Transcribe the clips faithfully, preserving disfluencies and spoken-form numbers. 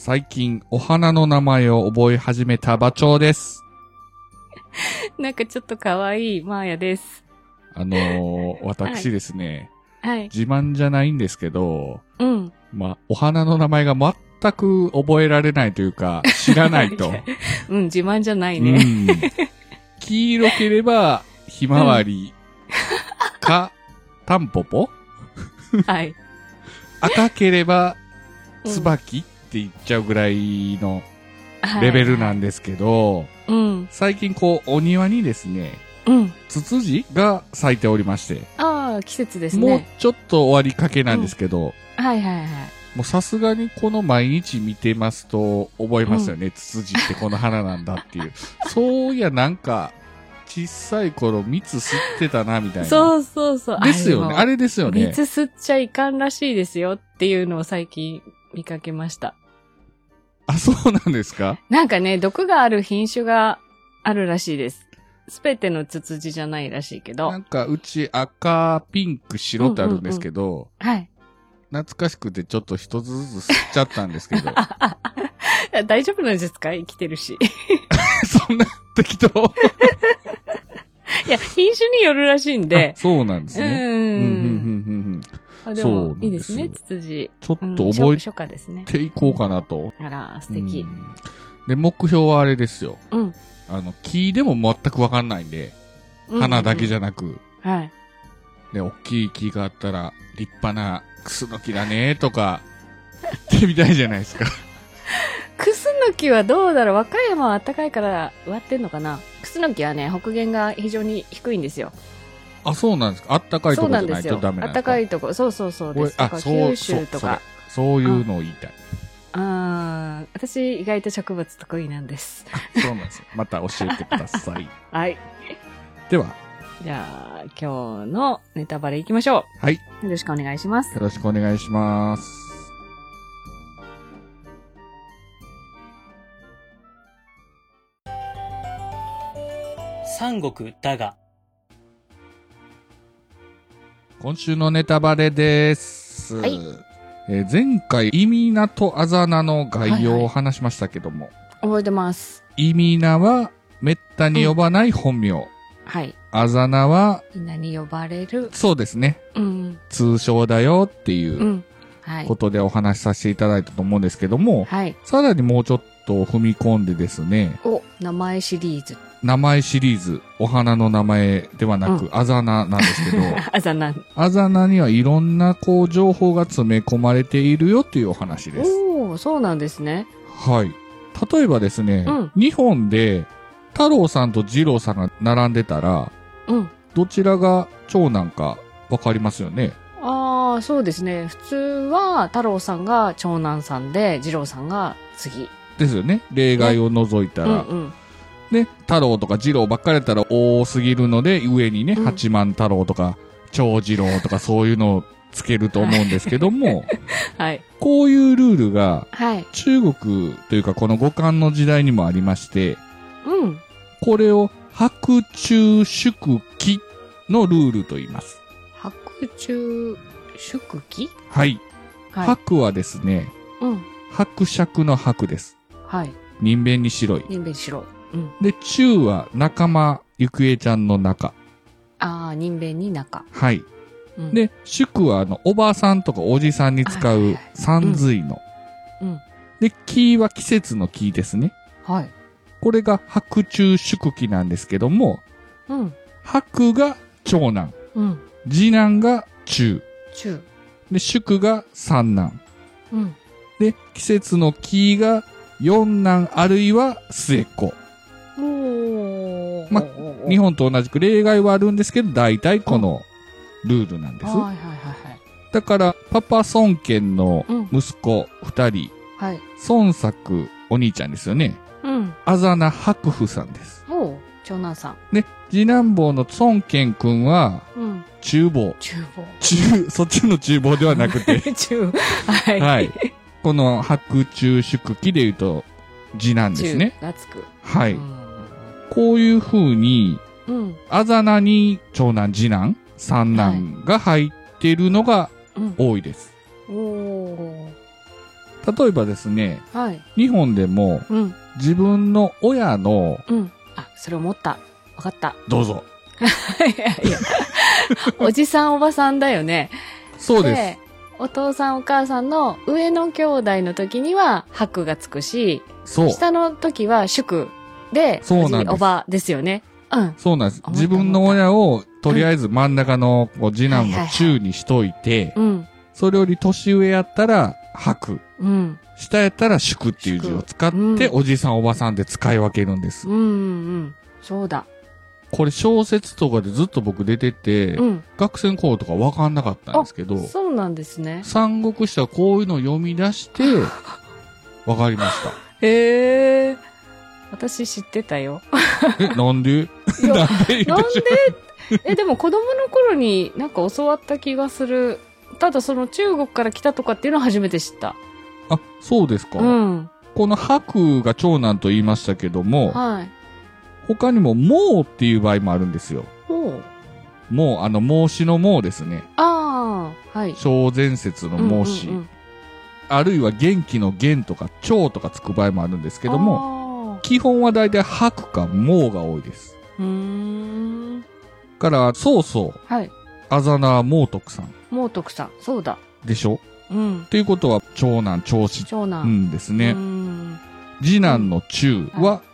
最近お花の名前を覚え始めた馬長です。 なんかちょっと可愛いマーヤです。 あのー、私ですね、 はい、はい。 自慢じゃないんですけど、 うん。 まあ、お花の名前が全く覚えられないというか、知らないと。 うん、自慢じゃないね。 うん、黄色ければ、ひまわり、うん、か、タンポポはい。 赤ければ、つばきって言っちゃうぐらいのレベルなんですけど、はいはい、 うん、 最近こう、お庭にですね、 うん、 ツツジが咲いておりまして。 ああ、季節ですね。 もうちょっと終わりかけなんですけど、 うん、はいはいはい。 もうさすがにこの毎日見てますと覚えますよね。うん、ツツジってこの花なんだっていう。そういやなんか、小さい頃蜜吸ってたなみたいな。 そうそうそう。 ですよね。あれですよね。 蜜吸っちゃいかんらしいですよっていうのを最近見かけました。 あ、そうなんですか？ なんかね、毒がある品種があるらしいです。すべてのツツジじゃないらしいけど。 なんかうち赤、ピンク、白ってあるんですけど、うんうんうん、 はい。 懐かしくてちょっと一つずつ吸っちゃったんですけど。 大丈夫なんですか？生きてるし。 そんな適当いや、品種によるらしいんで。 そうなんですね。うん。うん、うん、うん、 うん。でも、いいですね、ツツジ。 ちょっと覚え初夏ですね。 ていこうかなと。 あら、素敵。 で、目標はあれですよ。 うん。 あの、木でも全くわかんないんで、花だけじゃなく。 はい。 で、大きい木があったら、立派なクスノキだねとか、言ってみたいじゃないですか。 クスノキはどうだろう？和歌山は暖かいから割ってんのかな？クスノキはね、北限が非常に低いんですよ。 あ、そうなんですか。あったかいところじゃないとダメなんですか。 あったかいところ、そうそうそうです。あ、九州とかそ。そういうのを言いたい。 ああ、私意外と植物得意なんです。 そうなんですよ。また教えてください。 はい。 では。 じゃあ、今日のネタバレいきましょう。はい。 よろしくお願いします。 よろしくお願いします。 三国だが。 今週のネタバレです。 はい。 えー、前回、イミナとアザナの概要を話しましたけども。はいはい、 覚えてます。 イミナは、めったに呼ばない本名。うん、 はい。 アザナは、 みんなに呼ばれる。 そうですね。 うん。 通称だよっていう、うん、 はい。 ことでお話しさせていただいたと思うんですけども、 はい。 さらにもうちょっと踏み込んでですね。 お、名前シリーズ。 名前シリーズ、お花の名前ではなく、うん、アザナなんですけど、 アザナ。 アザナにはいろんなこう情報が詰め込まれているよっていうお話です。 おー、そうなんですね。 はい。例えばですね、うん、日本で太郎さんと二郎さんが並んでたら、 うん、 どちらが長男かわかりますよね。 ああ、そうですね。普通は太郎さんが長男さんで、二郎さんが次。 ですよね。例外を除いたら。ね、うんうんね、太郎とか二郎ばっかりやったら多すぎるので、上にね、うん、八幡太郎とか、長次郎とかそういうのをつけると思うんですけども、 はい。 こういうルールが、 はい。 中国というかこの五漢の時代にもありまして、 うん。 これを白昼祝期のルールと言います。 白昼祝期？ はい。はい、白はですね、 うん。 伯爵の伯です。 はい。 人弁に白い。 人弁白い。うん、 で、中は仲間ゆくえちゃんの中。 ああ、人弁に中。 はい。うん、で、祝はあの、おばさんとかおじさんに使う三髄の。 うん。うん、 で、木は季節の木ですね。 はい。 これが白昼祝期なんですけども、 うん。 白が長男。 うん。 次男が中。 中。 で、祝が三男。 うん。 で、季節の木が四男あるいは末っ子。まあ、日本と同じく例外はあるんですけど、大体このルールなんです。はいはいはいはい。だから、パパ孫権の息子二人、 うん、はい。 孫作お兄ちゃんですよね。 うん。 あざな白夫さんです。 おう、長男さん。 で、次男坊の孫権くんは、うん、厨房。 厨房。 厨、そっちの厨房ではなくて。 厨、はい。 はい。この白昼祝期で言うと、次男ですね。 がつく。 はい。こういう風に、うん、あざなに長男、次男、三男が入っているのが多いです。 はい、お例えばですね、 はい。 日本でも、 うん。 自分の親の、 うん。あ、それ思った。わかった。 どうぞ。 いやいや。おじさんおばさんだよね。 そうです。で、 お父さんお母さんの上の兄弟の時には白がつくし、 そう。 下の時は祝で、 そうなんです。 おばですよね。うん。 そうなんです。自分の親を、とりあえず真ん中のこう次男の中にしといて、うん。それより年上やったら白。うん。下やったら祝っていう字を使って、うん、おじさんおばさんで使い分けるんです。 うんうんうん。そうだ。 これ小説とかでずっと僕出てて、うん、学生の頃とか分かんなかったんですけど、 そうなんですね。 三国志はこういうのを読み出して、分かりました。 へー。私知ってたよ。 え、なんでなんでなんでえ、でも子供の頃になんか教わった気がする。ただその中国から来たとかっていうのは初めて知った。 あ、そうですか。うん。この白が長男と言いましたけども、はい。他にも孟っていう場合もあるんですよ。孟孟、あの孟子の孟ですね。ああ、はい。小前節の孟子。うんうんうん、あるいは元気の元とか長とかつく場合もあるんですけども、基本はだいたい白か孟が多いです。うーん。から、そうそう。はい。あざな孟徳さん。孟徳さん、そうだ。でしょ？うん。っていうことは、長男、長子。長男。うんですね。うん。次男の中は、うんはい、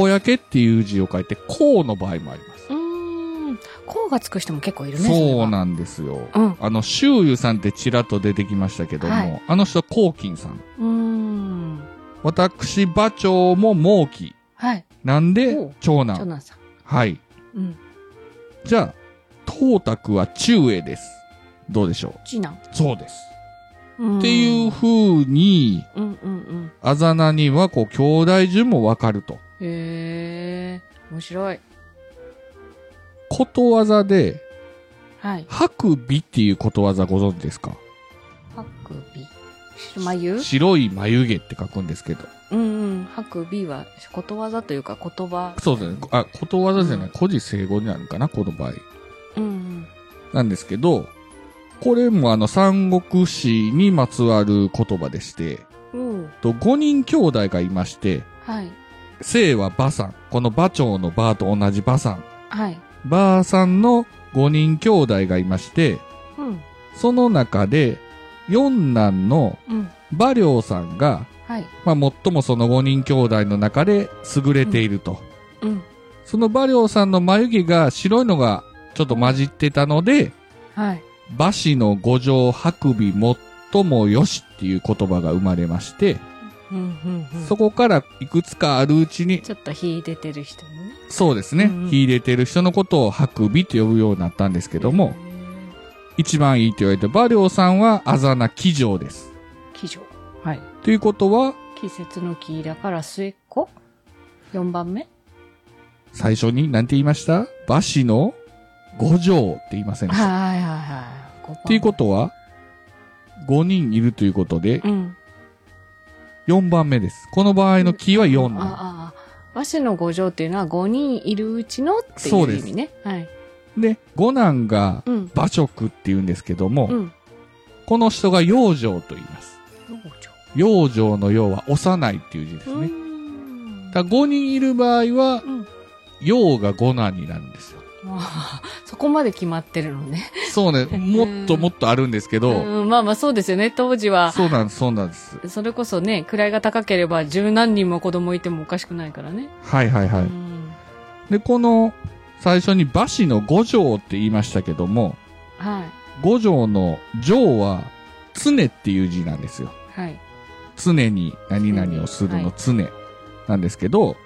公っていう字を書いて、公の場合もあります。うーん。公がつく人も結構いるね。そうなんですよ。うん。あの、周遊さんってちらっと出てきましたけども、はい、あの人は公金さん。うーん。私、馬長も孟貴。はい。なんで、長男。長男さん。はい。うん。じゃあ、董卓は中英です。どうでしょう？次男。そうです。っていう風に、うんうんうん。あざなには、こう、兄弟順もわかると。へー。面白い。ことわざで、はい。白尾っていうことわざご存知ですか？白尾。眉？白い眉毛って書くんですけど。うんうん。白尾はことわざというか言葉。そうですね。あ、ことわざじゃない。うん、古事成語になるかな、この場合。うん、うん。なんですけど、これもあの三国志にまつわる言葉でして、うん、とごにん兄弟がいまして、はい。姓は馬さん。この馬長の馬と同じ馬さん。はい。馬さんのごにん兄弟がいまして、うん。その中で、四男の馬良さんが、はい。まあ最もそのごにん兄弟の中で優れていると。うん。うん、その馬良さんの眉毛が白いのがちょっと混じってたので、はい。馬氏の五条白尾最もよしっていう言葉が生まれまして、うんうんうん、そこからいくつかあるうちに、ちょっと秀でてる人もね。そうですね。うんうん、秀でてる人のことを白尾と呼ぶようになったんですけども、一番いいと言われて、馬良さんはあざな騎乗です。騎乗。はい。ということは、季節の木だから末っ子 ?よん 番目最初に何て言いました？馬氏の五条って言いませんでした？はいはいはい。っていうことは、ごにんいるということで、うん、よんばんめです。この場合の木はよんなの。ああ、馬氏の五条っていうのはごにんいるうちのっていう意味ね。そうです。はい。で、五男が馬謖って言うんですけども、うん、この人が養生と言います。養生の養は幼いっていう字ですね。だごにんいる場合は、うん、養が五男になるんですよ。そこまで決まってるのね。そうね。もっともっとあるんですけど。うん、まあまあそうですよね。当時は。そうなんです、そうなんです。それこそね、位が高ければ十何人も子供いてもおかしくないからね。はいはいはい。で、この、最初に馬氏の五条って言いましたけども、はい。五条の条は、常っていう字なんですよ。はい。常に何々をするの常なんですけど、はい、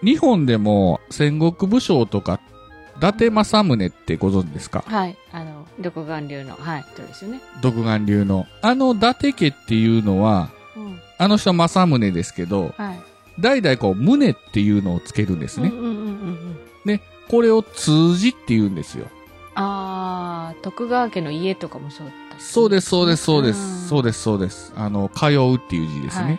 日本でも戦国武将とか、伊達政宗ってご存知ですか？はい。あの、独眼流の、はい、そうですよね。独眼流の。あの伊達家っていうのは、うん、あの人は政宗ですけど、はい。代々こう、宗っていうのをつけるんですね。うんうんうんうん。で、これを通じって言うんですよ。あー、徳川家の家とかもそうだった、ね。そうです、そうです、そうです。そうです、そうです。あの、通うっていう字ですね。はい、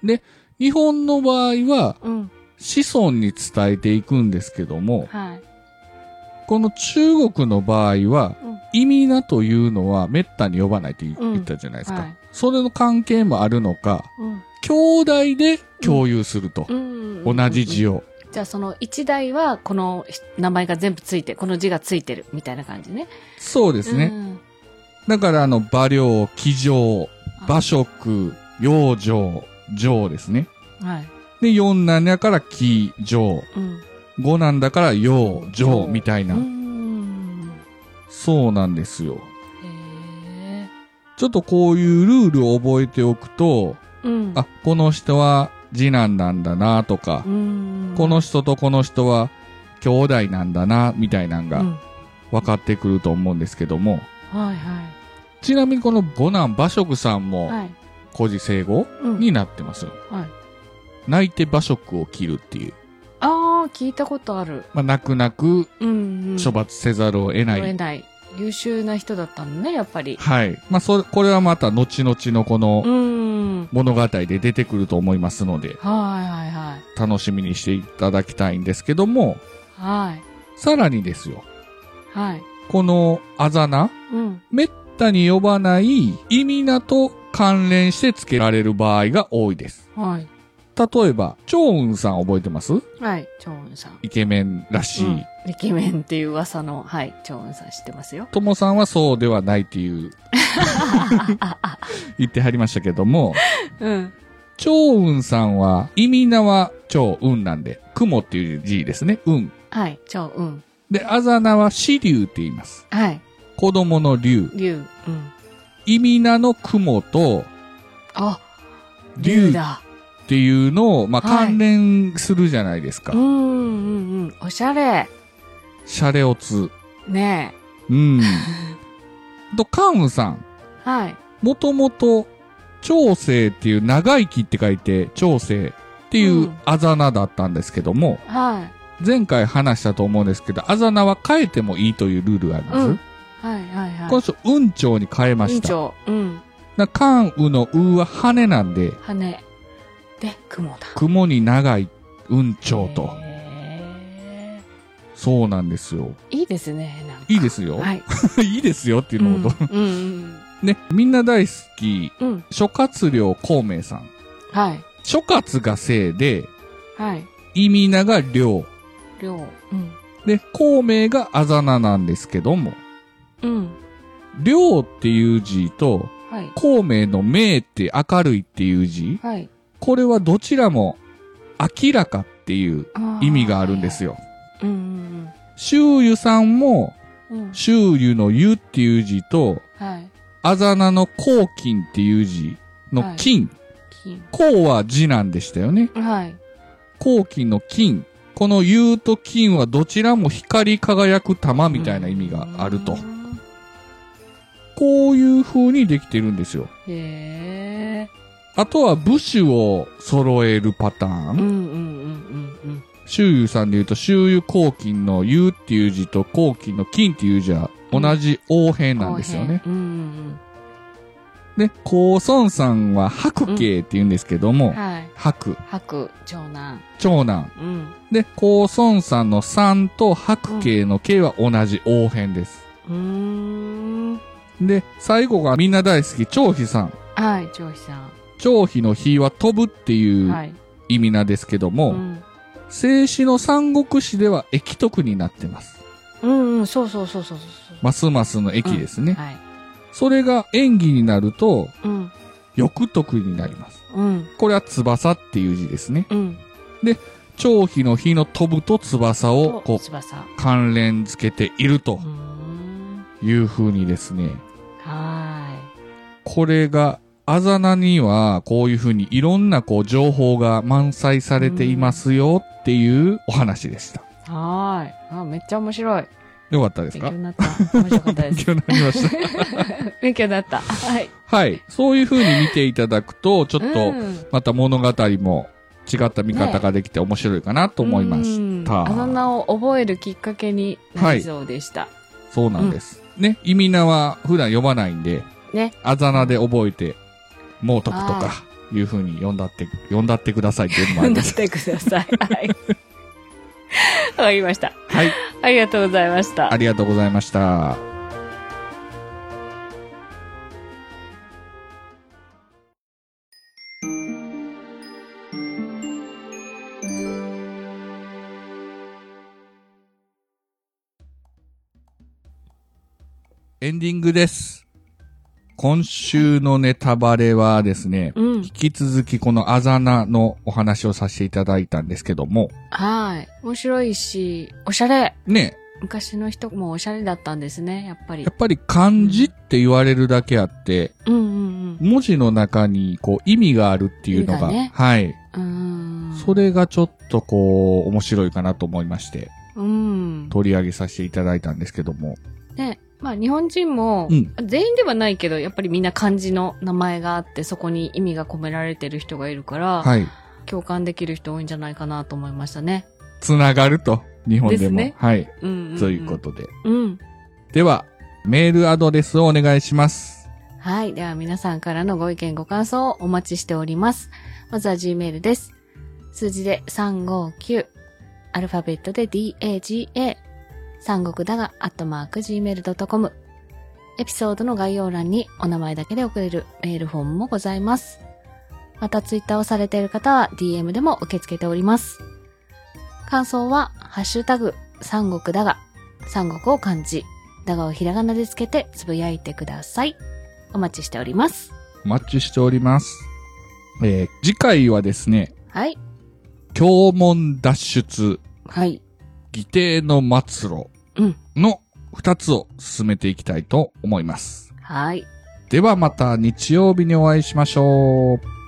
で、日本の場合は、うん、子孫に伝えていくんですけども、はい。この中国の場合は、うん、意味名というのは滅多に呼ばないと言ったじゃないですか。うんはい、 それの関係もあるのか、うん、兄弟で共有すると。うん、同じ字を。 じゃあその一代はこの名前が全部ついて、この字がついてるみたいな感じね。 そうですね。うん、だからあの、馬良、騎乗、馬謖、養生、乗ですね。はい。で、四男だから騎乗、うん、五男だから養生みたいな。うん、そうなんですよ。へー。ちょっとこういうルールを覚えておくと、うん、あ、この人は次男なんだなとか、うん、この人とこの人は兄弟なんだなみたいなのが分かってくると思うんですけども、うん、はいはい。ちなみにこの五男馬謖さんも古事成語になってますよ。うん、はい。泣いて馬謖を切るっていう。 ああ、聞いたことある。 まあ、泣く泣く処罰せざるを得ない。 得ない。優秀な人だったのね、やっぱり。 はい。まあ、それ、これはまた後々のこの物語で出てくると思いますので、はいはいはい。楽しみにしていただきたいんですけども、はい。さらにですよ。はい。このあざな、うん、めったに呼ばない意味名と関連して付けられる場合が多いです。はい。例えば、長雲さん覚えてます？ はい、長雲さん。 イケメンらしい。うん、 イケメンっていう噂の、はい、長雲さん知ってますよ。 ともさんはそうではないっていう、言ってはりましたけども、うん。長雲さんは、意味名は長雲なんで、雲っていう字ですね、雲。 はい、長雲。 で、あざなは子竜って言います。はい。子供の竜。竜。うん。意味名の雲と、 あ、竜だ。 っていうのを、まあ、関連するじゃないですか。はい、うんうんうん。おしゃれ。 シャレオツ。 ねえ。うん。と、関羽さん。はい。もともと、長生っていう長生きって書いて、長生っていうあざなだったんですけども、うん、はい。前回話したと思うんですけど、あざなは変えてもいいというルールがあります。うん、はいはいはい。この人、雲長に変えました。雲長。うん。だ関羽の羽は羽なんで、 羽。で、雲だ。 雲に長い雲長と。そうなんですよ。 いいですね。なんかいいですよ。はい。いいですよっていうのを、うんうんうん、ね、みんな大好き、うん、諸葛亮孔明さん。はい。諸葛が姓で、はい。意味名が亮。亮。うん。で、孔明があざななんですけども、うん。亮っていう字と、はい。孔明の明って明るいっていう字。はい。これはどちらも明らかっていう意味があるんですよ。うんうんうん、周遊さんも、うん、周遊の湯っていう字と、はい、あざなの黄金っていう字の金。はい、黄は字なんでしたよね。はい、黄金の金。この湯と金はどちらも光り輝く玉みたいな意味があると。こういう風にできてるんですよ。へー。あとは部首を揃えるパターン。うんうんうんうんうん。周遊さんで言うと、周遊黄金の遊っていう字と黄金の金っていう字は同じ応変なんですよね。うんうんうん、で、高孫さんは白慶って言うんですけども、うんはい、白。 白、長男。 長男。うん、で、高孫さんの三と白慶の慶は同じ応変です。うん、で、最後がみんな大好き、張飛さん。 はい、張飛さん。 張飛の飛は飛ぶっていう意味なんですけども、はいうん、静止の三国志では駅徳になってます。 うんうん、そうそうそうそうそう。 ますますの駅ですね。うんはい、それが演技になると、うん、翼徳になります。うん、これは翼っていう字ですね。うん、で、張飛の飛の飛ぶと翼をこう関連付けているという風にですね。はい。これがあざなにはこういうふうにいろんなこう情報が満載されていますよっていうお話でした。 はーい。あ、めっちゃ面白い。 よかったですか？ 勉強になった。面白かったです。 勉強になりました。 勉強になった。はい。 はい。そういうふうに見ていただくと、ちょっとまた物語も違った見方ができて面白いかなと思いました。 あざなを覚えるきっかけになりそうでした。はい、 そうなんです。うん、ね、意味名は普段読まないんで、ね。あざなで覚えて、猛徳とか、いう風に読んだって、読んだってくださいっていうのもあります。 読んだってください。はい。わかりました。はい。ありがとうございました。 ありがとうございました。 エンディングです。今週のネタバレはですね、うん、引き続きこのあざなのお話をさせていただいたんですけども。 はい。面白いし、おしゃれ。 ね。 昔の人もおしゃれだったんですね、やっぱり。 やっぱり漢字って言われるだけあって、 うんうんうん、 文字の中にこう意味があるっていうのが、ね、はい。 うん。 それがちょっとこう面白いかなと思いまして、 うん、 取り上げさせていただいたんですけども。 ね、まあ日本人も、うん、全員ではないけど、やっぱりみんな漢字の名前があって、そこに意味が込められてる人がいるから、はい。共感できる人多いんじゃないかなと思いましたね。 つながると。日本でも。 ね、 はい、 うんうんうん。 そういうことで。 うん。 では、メールアドレスをお願いします。 はい。では皆さんからのご意見ご感想をお待ちしております。まずは Gmail です。数字でさんごきゅう、アルファベットで ダガ、三国だが、アットマーク ジーメールドットコム。エピソードの概要欄にお名前だけで送れるメールフォームもございます。またツイッターをされている方は ディーエム でも受け付けております。感想は、ハッシュタグ、三国だが、三国を漢字、だがをひらがなでつけてつぶやいてください。お待ちしております。 お待ちしております。えー、次回はですね、 はい。 教門脱出。 はい。 義弟の末路。うん。の二つを進めていきたいと思います。 はい。 ではまた日曜日にお会いしましょう。